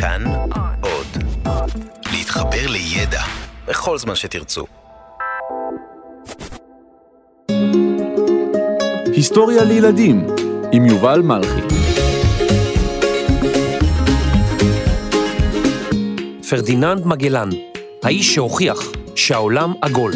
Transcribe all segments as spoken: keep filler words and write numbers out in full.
כאן עוד. להתחבר לידע בכל זמן שתרצו. היסטוריה לילדים עם יובל מלכי. פרדיננד מגלן, האיש שהוכיח שהעולם עגול.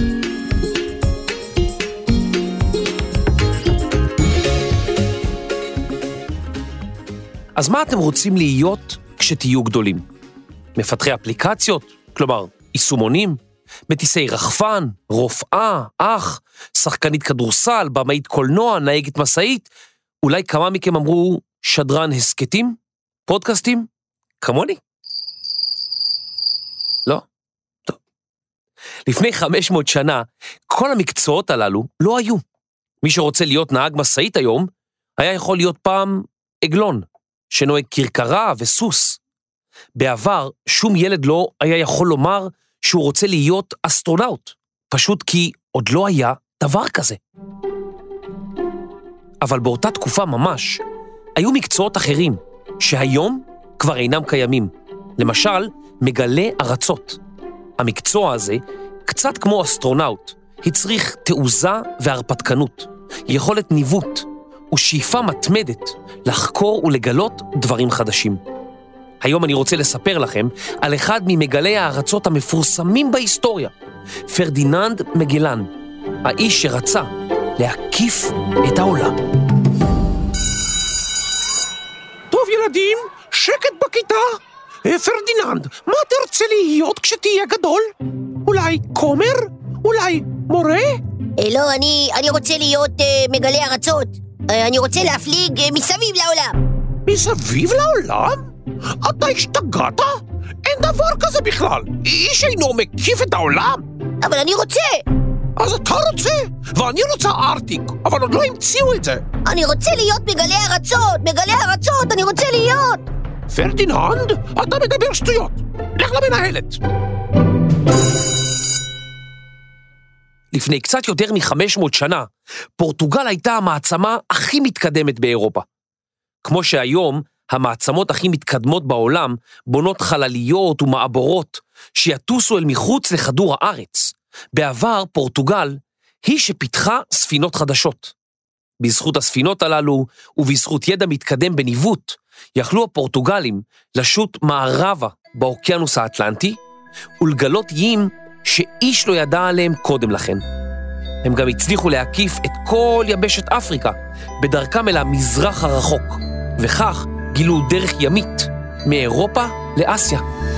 אז מה אתם רוצים להיות כשתהיו גדולים? מפתחי אפליקציות, כלומר יישומונים, מטיסי רחפן, רופאה, אח, שחקנית כדורסל, במאית קולנוע, נהגת מסעית, אולי כמה מכם אמרו שדרן הסקטים? פודקאסטים? כמוני? לא? טוב. לפני חמש מאות שנה, כל המקצועות הללו לא היו. מי שרוצה להיות נהג מסעית היום, היה יכול להיות פעם עגלון, שנוהג כרכרה וסוס. בעבר, שום ילד לא היה יכול לומר שהוא רוצה להיות אסטרונאוט, פשוט כי עוד לא היה דבר כזה. אבל באותה תקופה ממש, היו מקצועות אחרים, שהיום כבר אינם קיימים. למשל, מגלה ארצות. המקצוע הזה, קצת כמו אסטרונאוט, הצריך תעוזה והרפתקנות, יכולת ניווט, ושאיפה מתמדת לחקור ולגלות דברים חדשים. היום אני רוצה לספר לכם על אחד ממגלי הארצות המפורסמים בהיסטוריה, פרדיננד מגלן, האיש שרצה להקיף את העולם. טוב ילדים, שקט בכיתה. פרדיננד, מה תרצה להיות כשתהיה גדול? אולי כומר? אולי מורה? לא, אני, אני רוצה להיות uh, מגלה ארצות. Uh, אני רוצה להפליג uh, מסביב לעולם. מסביב לעולם? אתה השתגעת? אין דבר כזה בכלל. איש אינו מקיף את העולם. אבל אני רוצה. אז אתה רוצה? ואני רוצה ארטיק, אבל עוד לא המציאו את זה. אני רוצה להיות מגלה ארצות, מגלה ארצות, אני רוצה להיות. פרדיננד, אתה מדבר שטויות. לך למנהלת. לפני קצת יותר מ-חמש מאות שנה, פורטוגל הייתה המעצמה הכי מתקדמת באירופה. כמו שהיום, המעצמות הכי מתקדמות בעולם בונות חלליות ומעבורות שיטוסו אל מחוץ לכדור הארץ. בעבר פורטוגל היא שפיתחה ספינות חדשות. בזכות הספינות הללו ובזכות ידע מתקדם בניווט, יכלו הפורטוגלים לשוט מערבה באוקיינוס האטלנטי ולגלות יים שאיש לא ידע עליהם קודם לכן. הם גם הצליחו להקיף את כל יבשת אפריקה בדרכם אל המזרח הרחוק, וכך גילו דרך ימית מאירופה לאסיה.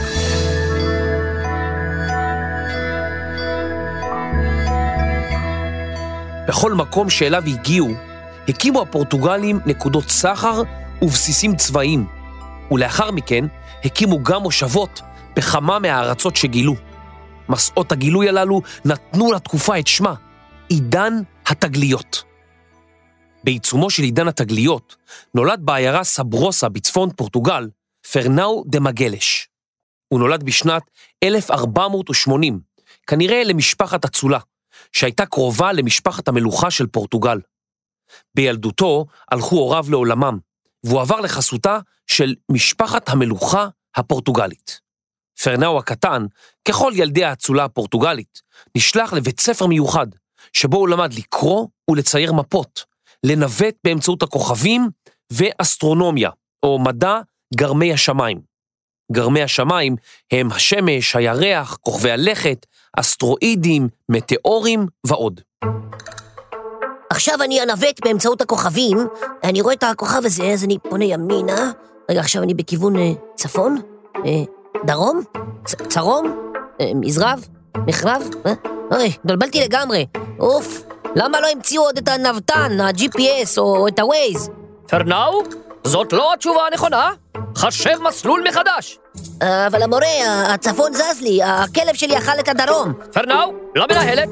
בכל מקום שאליו הגיעו, הקימו הפורטוגלים נקודות סחר ובסיסים צבאיים, ולאחר מכן הקימו גם מושבות בכמה מהארצות שגילו. מסעות הגילוי הללו נתנו לתקופה את שמה, עידן התגליות. בעיצומו של עידן התגליות, נולד בעיירה סברוסה בצפון פורטוגל, פרנאו דה מגלש. הוא נולד בשנת אלף ארבע מאות ושמונים, כנראה למשפחת אצולה, שהייתה קרובה למשפחת המלוכה של פורטוגל. בילדותו הלכו הוריו לעולמם, והוא עבר לחסותה של משפחת המלוכה הפורטוגלית. פרנאו הקטן, ככל ילדי האצולה הפורטוגלית, נשלח לבית ספר מיוחד, שבו הוא למד לקרוא ולצייר מפות, לנווט באמצעות הכוכבים ואסטרונומיה, או מדע גרמי השמיים. גרמי השמיים הם השמש, הירח, כוכבי הלכת, אסטרואידים, מטאורים ועוד. עכשיו אני אנווט באמצעות הכוכבים, אני רואה את הכוכב הזה, אז אני פונה ימינה, רגע, עכשיו אני בכיוון אה, צפון, אה, דרום, צ- צרום, אה, מזרב, מחרב, אה? אוי, דולבלתי לגמרי, אוף, למה לא המציאו עוד את הנווטן, ה-ג'י פי אס או את ה-Waze? פרנאו, זאת לא התשובה הנכונה, חשב מסלול מחדש. אבל המורה, הצפון זז לי, הכלב שלי אכל את הדרום. פרנאו, למנהלת.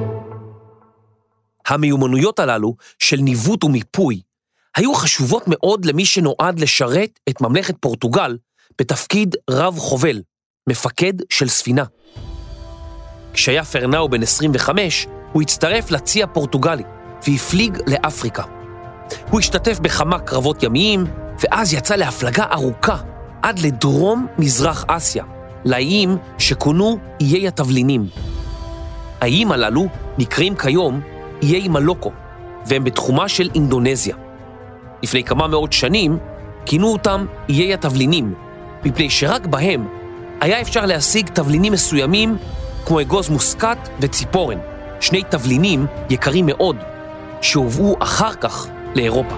המיומנויות הללו של ניווט ומיפוי היו חשובות מאוד למי שנועד לשרת את ממלכת פורטוגל בתפקיד רב חובל, מפקד של ספינה. כשהיה פרנאו בן עשרים וחמש, הוא הצטרף לצי הפורטוגלי והפליג לאפריקה. הוא השתתף בכמה קרבות ימיים, ואז יצא להפלגה ארוכה עד לדרום מזרח אסיה, לאיים שכונו איי התבלינים. האיים הללו נקראים כיום איי מלוקו, והם בתחומה של אינדונזיה. לפני כמה מאות שנים כינו אותם איי התבלינים, מפני שרק בהם היה אפשר להשיג תבלינים מסוימים כמו אגוז מוסקת וציפורן, שני תבלינים יקרים מאוד, שהובאו אחר כך לאירופה.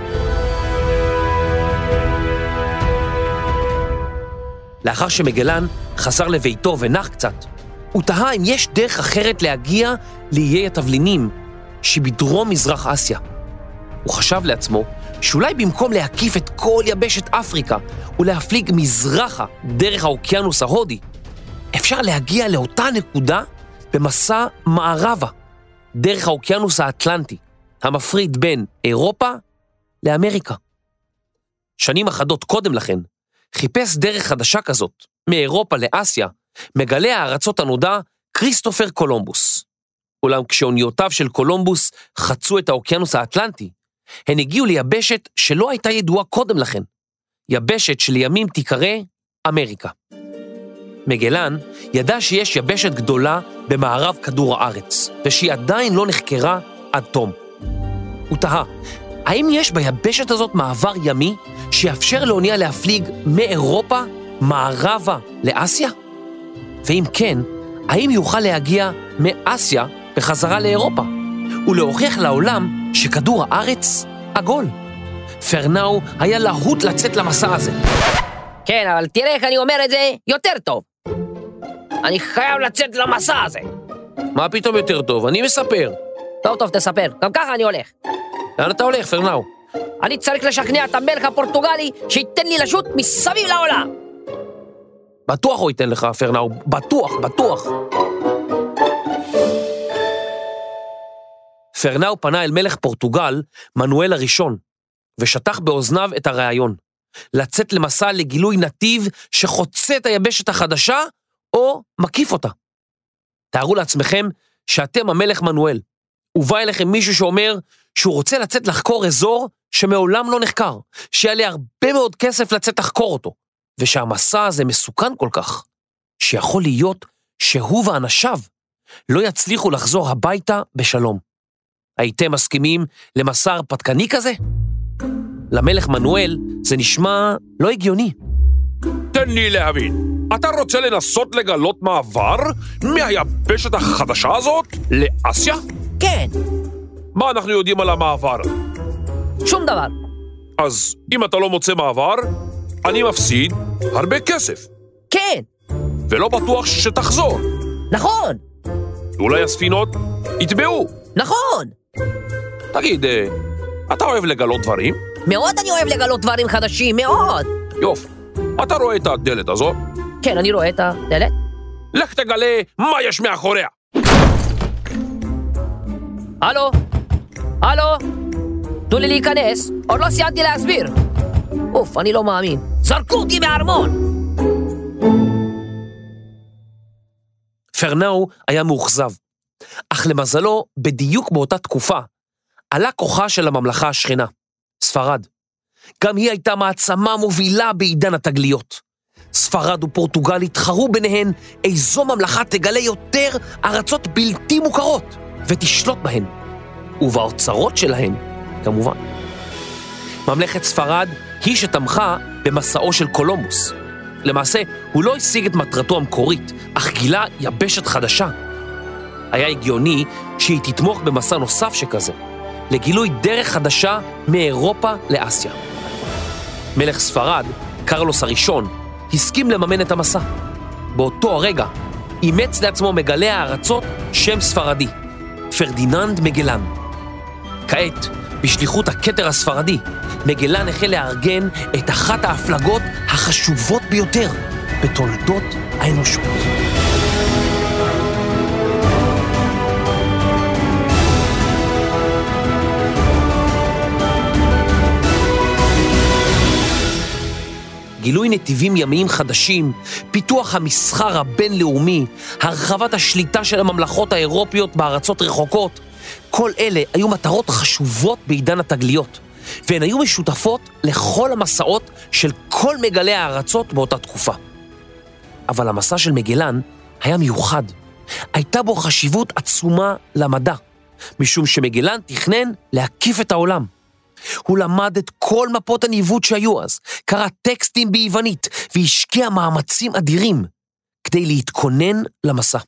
לאחר שמגלן חזר לביתו ונח קצת, הוא תהה אם יש דרך אחרת להגיע לאיי התבלינים שבדרום מזרח אסיה. הוא חשב לעצמו שאולי במקום להקיף את כל יבשת אפריקה ולהפליג מזרחה דרך האוקיינוס ההודי, אפשר להגיע לאותה נקודה במסע מערבה, דרך האוקיינוס האטלנטי, המפריד בין אירופה לאמריקה. שנים אחדות קודם לכן, חיפש דרך חדשה כזאת, מאירופה לאסיה, מגלה הארצות הנודע כריסטופר קולומבוס. אולם כשאוניותיו של קולומבוס חצו את האוקיינוס האטלנטי, הן הגיעו ליבשת שלא הייתה ידועה קודם לכן, יבשת שלימים תיקרא אמריקה. מגלן ידע שיש יבשת גדולה במערב כדור הארץ, ושהיא עדיין לא נחקרה עד תום. הוא תהה, האם יש ביבשת הזאת מעבר ימי שיאפשר לאונייה להפליג מאירופה מערבה לאסיה? ואם כן, האם יוכל להגיע מאסיה בחזרה לאירופה, ולהוכיח לעולם שכדור הארץ עגול? פרנאו היה להוט לצאת למסע הזה. כן, אבל תראה איך אני אומר את זה יותר טוב. אני חייב לצאת למסע הזה. מה פתאום יותר טוב? אני מספר. טוב, טוב, תספר. גם ככה אני הולך. לאן אתה הולך, פרנאו? אני צריך לשכנע את המלך הפורטוגלי שייתן לי לשוט מסביב לעולם. בטוח הוא ייתן לך, פרנאו. בטוח, בטוח. פרנאו פנה אל מלך פורטוגל, מנואל הראשון, ושטח באוזניו את הרעיון. לצאת למסע לגילוי נתיב שחוצה את היבשת החדשה, או מקיף אותה. תארו לעצמכם שאתם המלך מנואל. ובא אליכם מישהו שאומר שהוא רוצה לצאת לחקור אזור שמעולם לא נחקר, שיעלה הרבה מאוד כסף לצאת לחקור אותו, ושהמסע הזה מסוכן כל כך, שיכול להיות שהוא ואנשיו לא יצליחו לחזור הביתה בשלום. הייתם מסכימים למסע הרפתקני כזה? למלך מנואל זה נשמע לא הגיוני. תן לי להבין, אתה רוצה לנסות לגלות מעבר מהיבשת החדשה הזאת לאסיה? כן. מה אנחנו יודעים על המעבר? שום דבר. אז אם אתה לא מוצא מעבר, אני מפסיד הרבה כסף. כן. ולא בטוח שתחזור. נכון. אולי הספינות יטבעו. נכון. תגיד, אתה אוהב לגלות דברים? מאוד אני אוהב לגלות דברים חדשים, מאוד. יופי. אתה רואה את הדלת הזאת? כן, אני רואה את הדלת. לך תגלה מה יש מאחוריה. הלו? הלו? תנו לי להיכנס, עוד לא סיימתי להסביר. אוף, אני לא מאמין. זרקו אותי מהארמון. פרנאו היה מאוכזב, אך למזלו, בדיוק באותה תקופה, עלה כוחה של הממלכה השכנה, ספרד. גם היא הייתה מעצמה מובילה בעידן התגליות. ספרד ופורטוגל התחרו ביניהן איזו ממלכה תגלה יותר ארצות בלתי מוכרות, ותשלוט בהן, ובאוצרות שלהן, כמובן. ממלכת ספרד היא שתמכה במסעו של קולומבוס. למעשה, הוא לא השיג את מטרתו המקורית, אך גילה יבשת חדשה. היה הגיוני שהיא תתמוך במסע נוסף שכזה, לגילוי דרך חדשה מאירופה לאסיה. מלך ספרד, קרלוס הראשון, הסכים לממן את המסע. באותו הרגע, אימץ לעצמו מגלה הארצות שם ספרדי, פרדיננד מגלן. כעת, בשליחות הכתר הספרדי, מגלן החל לארגן את אחת ההפלגות החשובות ביותר בתולדות האנושות. גילוי נתיבים ימיים חדשים, פיתוח המסחר הבינלאומי, הרחבת השליטה של הממלכות האירופיות בארצות רחוקות, כל אלה היו מטרות חשובות בעידן התגליות, והן היו משותפות לכל המסעות של כל מגלי הארצות באותה תקופה. אבל המסע של מגלן היה מיוחד. הייתה בו חשיבות עצומה למדע, משום שמגלן תכנן להקיף את העולם. הוא למד את כל מפות הניווט שהיו אז, קרא טקסטים ביוונית, והשקיע מאמצים אדירים כדי להתכונן למסע.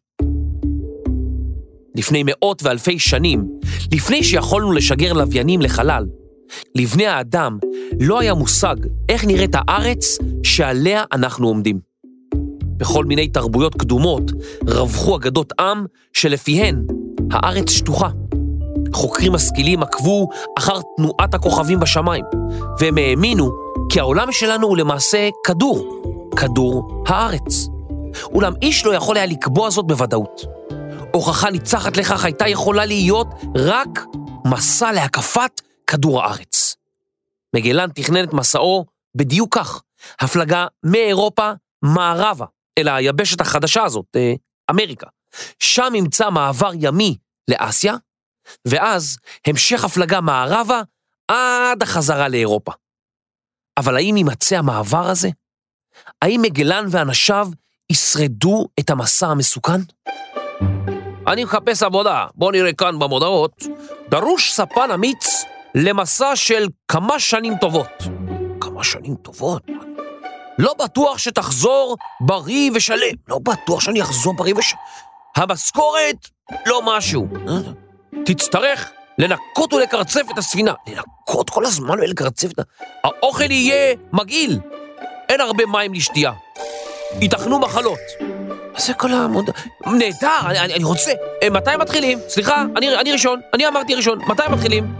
לפני מאות ואלפי שנים, לפני שיכולנו לשגר לוויינים לחלל, לבני האדם לא היה מושג איך נראית הארץ שעליה אנחנו עומדים. בכל מיני תרבויות קדומות רווחו אגדות עם שלפיהן הארץ שטוחה. חוקרים משכילים עקבו אחר תנועת הכוכבים בשמיים, והם האמינו כי העולם שלנו הוא למעשה כדור, כדור הארץ. אולם איש לא יכול היה לקבוע זאת בוודאות. הוכחה ניצחת לכך הייתה יכולה להיות רק מסע להקפת כדור הארץ. מגלן תכנן את מסעו בדיוק כך, הפלגה מאירופה מערבה, אל היבשת החדשה הזאת, אמריקה. שם ימצא מעבר ימי לאסיה, ואז המשך הפלגה מערבה עד החזרה לאירופה. אבל האם יימצא המעבר הזה? האם מגלן ואנשיו ישרדו את המסע המסוכן? אני מחפש עבודה, בוא נראה כאן במודעות. דרוש ספן אמיץ למסע של כמה שנים טובות. כמה שנים טובות? לא בטוח שתחזור בריא ושלם. לא בטוח שאני אחזור בריא ושלם. המשכורת לא משהו. תצטרך לנקות ולקרצף את הספינה. לנקות כל הזמן ולקרצף את... האוכל יהיה מגעיל. אין הרבה מים לשתייה. ייתכנו מחלות. זה כל המוד... נהדר, אני, אני, אני רוצה... מתי מתחילים? סליחה, אני, אני ראשון. אני אמרתי ראשון. מתי מתחילים?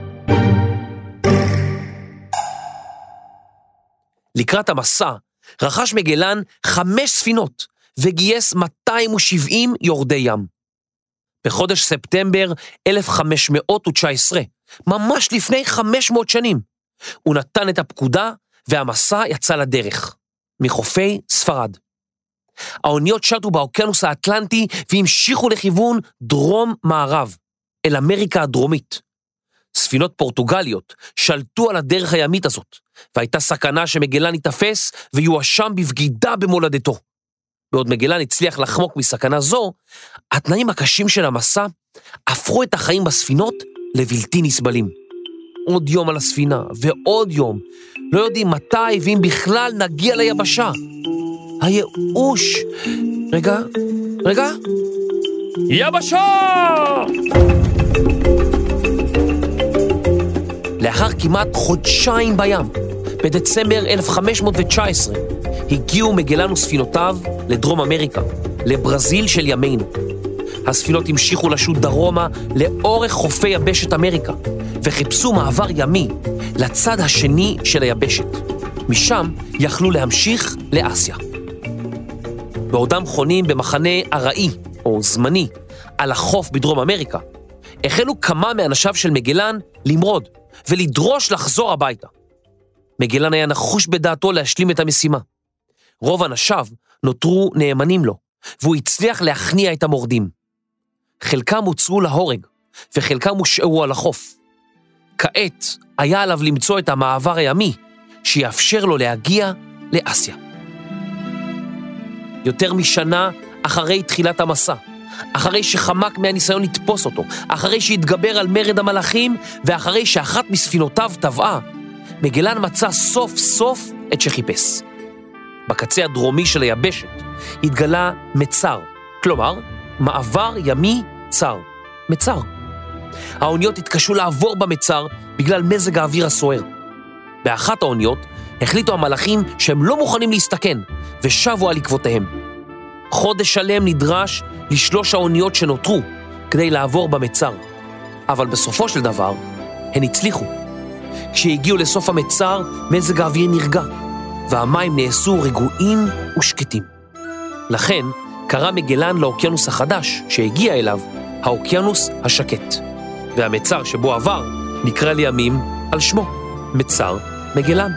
לקראת המסע רכש מגלן חמש ספינות וגייס מאתיים ושבעים יורדי ים. בחודש ספטמבר אלף חמש מאות תשע עשרה, ממש לפני חמש מאות שנים, הוא נתן את הפקודה והמסע יצא לדרך, מחופי ספרד. האוניות שטו באוקיינוס האטלנטי והמשיכו לכיוון דרום-מערב, אל אמריקה הדרומית. ספינות פורטוגליות שלטו על הדרך הימית הזאת, והייתה סכנה שמגלן יתפס ויואשם בבגידה במולדתו. בעוד מגלן הצליח לחמוק מסכנה זו, התנאים הקשים של המסע הפכו את החיים בספינות לבלתי נסבלים. עוד יום על הספינה ועוד יום, לא יודעים מתי ואם בכלל נגיע ליבשה. הייאוש... רגע, רגע. יבשה! לאחר כמעט חודשיים בים, בדצמבר אלף חמש מאות תשע עשרה, הגיעו מגלן וספינותיו לדרום אמריקה, לברזיל של ימינו. הספינות המשיכו לשוט דרומה לאורך חופי יבשת אמריקה, וחיפשו מעבר ימי לצד השני של היבשת. משם יכלו להמשיך לאסיה. בעודם חונים במחנה ארעי, או זמני, על החוף בדרום אמריקה, החלו כמה מאנשיו של מגלן למרוד ולדרוש לחזור הביתה. מגלן היה נחוש בדעתו להשלים את המשימה. רוב אנשיו נותרו נאמנים לו, והוא הצליח להכניע את המורדים. חלקם הוצאו להורג, וחלקם הושארו על החוף. כעת היה עליו למצוא את המעבר הימי, שיאפשר לו להגיע לאסיה. יותר משנה אחרי תחילת המסע, אחרי שחמק מהניסיון לתפוס אותו, אחרי שהתגבר על מרד המלאכים, ואחרי שאחת מספינותיו טבעה, מגלן מצא סוף סוף את שחיפש. בקצה הדרומי של היבשת התגלה מצר, כלומר, מעבר ימי צר, מצר. האוניות התקשו לעבור במצר בגלל מזג האוויר הסוער. באחת האוניות החליטו המלאכים שהם לא מוכנים להסתכן, ושבו על עקבותיהם. חודש שלם נדרש לשלוש האוניות שנותרו כדי לעבור במצר, אבל בסופו של דבר הן הצליחו. כשהגיעו לסוף המצר, מזג האוויר נרגע, והמים נעשו רגועים ושקטים. לכן קרא מגלן לאוקיינוס החדש שהגיע אליו האוקיינוס השקט, והמצר שבו עבר נקרא לימים על שמו, מצר מגלן.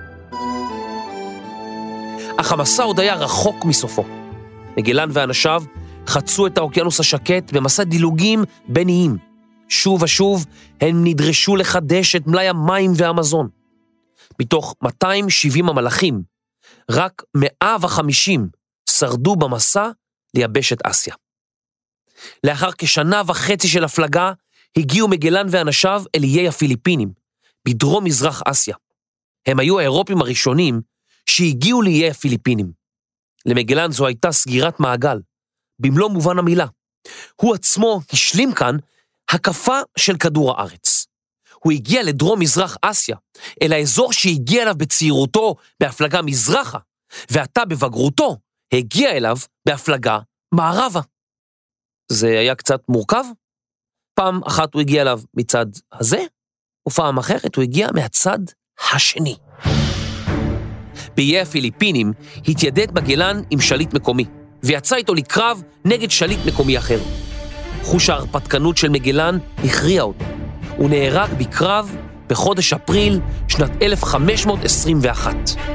אך המסע עוד היה רחוק מסופו. מגלן ואנשיו חצו את האוקיינוס השקט במסע דילוגים ביניים, שוב ושוב הם נדרשו לחדש את מלאי המים והמזון. מתוך מאתיים ושבעים המלאכים, רק מאה וחמישים שרדו במסע ליבשת אסיה. לאחר כשנה וחצי של הפלגה, הגיעו מגלן ואנשיו אל איי הפיליפינים, בדרום מזרח אסיה. הם היו האירופים הראשונים שהגיעו לאיי הפיליפינים. למגלן זו הייתה סגירת מעגל, במלוא מובן המילה. הוא עצמו השלים כאן הקפה של כדור הארץ. הוא הגיע לדרום מזרח אסיה, אל האזור שהגיע אליו בצעירותו בהפלגה מזרחה, ועתה בבגרותו הגיע אליו בהפלגה מערבה. זה היה קצת מורכב. פעם אחת הוא הגיע אליו מצד הזה, ופעם אחרת הוא הגיע מהצד השני. באיי הפיליפינים התיידד מגלן עם שליט מקומי, ויצא איתו לקרב נגד שליט מקומי אחר. חוש ההרפתקנות של מגלן הכריע אותו. הוא נהרג בקרב בחודש אפריל שנת אלף חמש מאות עשרים ואחת.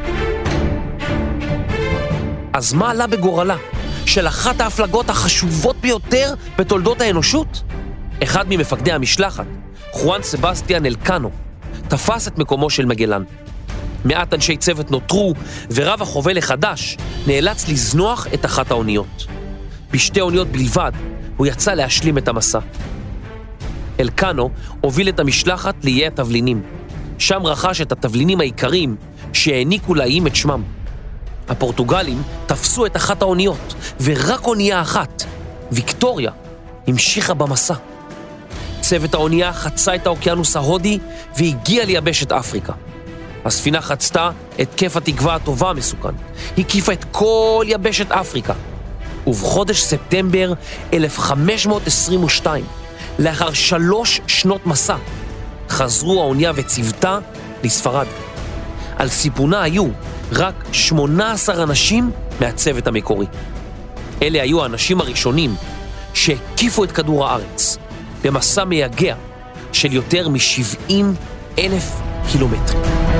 אז מה עלה בגורלה של אחת ההפלגות החשובות ביותר בתולדות האנושות? אחד ממפקדי המשלחת, חואן סבסטיאן אלקאנו, תפס את מקומו של מגלן. מעט אנשי צוות נותרו, ורב החובל החדש נאלץ לזנוח את אחת האוניות. בשתי אוניות בלבד הוא יצא להשלים את המסע. אלקאנו הוביל את המשלחת לאיי התבלינים. שם רכש את התבלינים העיקריים שהעניקו לאיים את שמם. הפורטוגלים תפסו את אחת האוניות, ורק אונייה אחת, ויקטוריה, המשיכה במסע. צוות האונייה חצה את האוקיינוס ההודי והגיע ליבשת אפריקה. הספינה חצתה את כיף התקווה הטובה המסוכן, הקיפה את כל יבשת אפריקה, ובחודש ספטמבר אלף חמש מאות עשרים ושתיים, לאחר שלוש שנות מסע, חזרו האונייה וצוותה לספרד. על סיפונה היו רק שמונה עשר אנשים מהצוות המקורי. אלה היו האנשים הראשונים שהקיפו את כדור הארץ, במסע מייגע של יותר מ-שבעים אלף קילומטרים.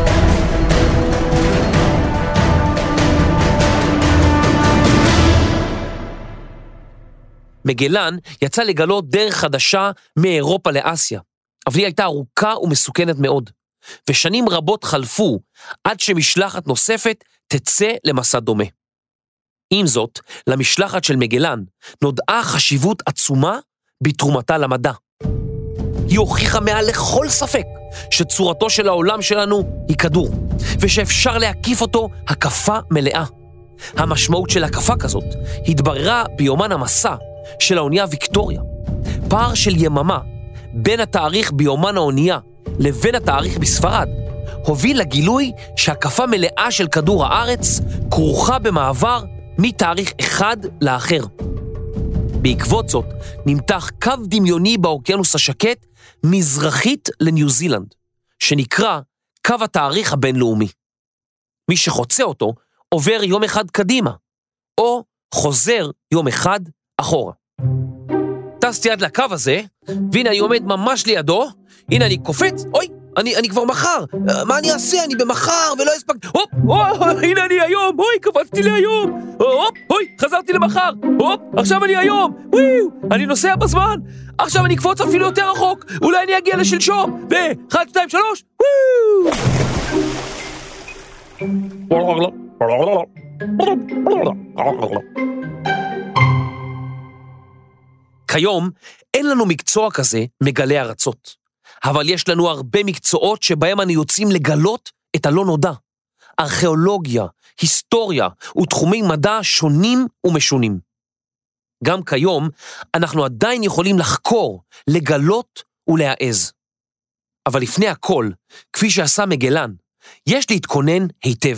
מגלן יצא לגלות דרך חדשה מאירופה לאסיה, אבל היא הייתה ארוכה ומסוכנת מאוד, ושנים רבות חלפו עד שמשלחת נוספת תצא למסע דומה. עם זאת, למשלחת של מגלן נודעה חשיבות עצומה בתרומתה למדע. היא הוכיחה מעל לכל ספק שצורתו של העולם שלנו היא כדור, ושאפשר להקיף אותו הקפה מלאה. המשמעות של הקפה כזאת התבררה ביומן המסע של האונייה ויקטוריה. פער של יממה בין התאריך ביומן האונייה לבין התאריך בספרד הוביל לגילוי שהקפה מלאה של כדור הארץ כרוכה במעבר מתאריך אחד לאחר. בעקבות זאת נמתח קו דמיוני באוקיינוס השקט מזרחית לניו זילנד, שנקרא קו התאריך הבינלאומי. מי שחוצה אותו עובר יום אחד קדימה, או חוזר יום אחד אחורה. טסתי עד לקו הזה, והנה אני עומד ממש לידו, הנה אני קופץ, אוי, אני, אני כבר מחר, מה אני אעשה? אני במחר ולא אספק, הופ, הופ, הנה אני היום, אוי, קפצתי להיום, הופ, אוי, חזרתי למחר, הופ, עכשיו אני היום, וויו, אני נוסע בזמן, עכשיו אני אקפוץ אפילו יותר רחוק, אולי אני אגיע לשלשום, ואחד, שתיים, שלוש, וויו. כיום אין לנו מקצוע כזה מגלי ארצות, אבל יש לנו הרבה מקצועות שבהם אנו יוצאים לגלות את הלא נודע. ארכיאולוגיה, היסטוריה ותחומי מדע שונים ומשונים. גם כיום אנחנו עדיין יכולים לחקור, לגלות ולהעז. אבל לפני הכל, כפי שעשה מגלן, יש להתכונן היטב.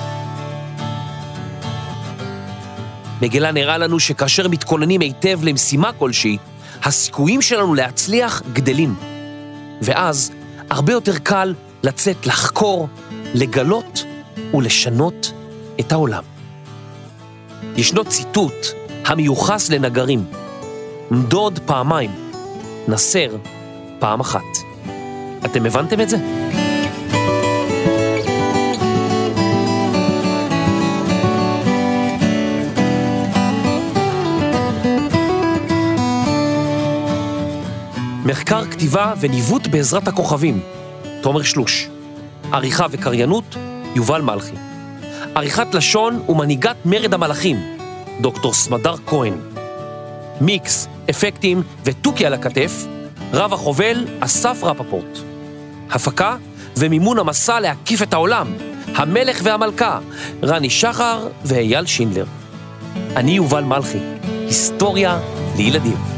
מגלן הראה לנו שכאשר מתכוננים היטב למשימה כלשהי, הסיכויים שלנו להצליח גדלים. ואז הרבה יותר קל לצאת לחקור, לגלות ולשנות את העולם. ישנו ציטוט המיוחס לנגרים: מדוד פעמיים, נסר פעם אחת. אתם הבנתם את זה? מחקר, כתיבה וניווט בעזרת הכוכבים, תומר שלוש. עריכה וקריינות, יובל מלכי. עריכת לשון ומנהיגת מרד המלאכים, דוקטור סמדר כהן. מיקס, אפקטים וטוקי על הכתף, רב החובל אסף רפפורט. הפקה ומימון המסע להקיף את העולם, המלך והמלכה, רני שחר ואייל שינדלר. אני יובל מלכי, היסטוריה לילדים.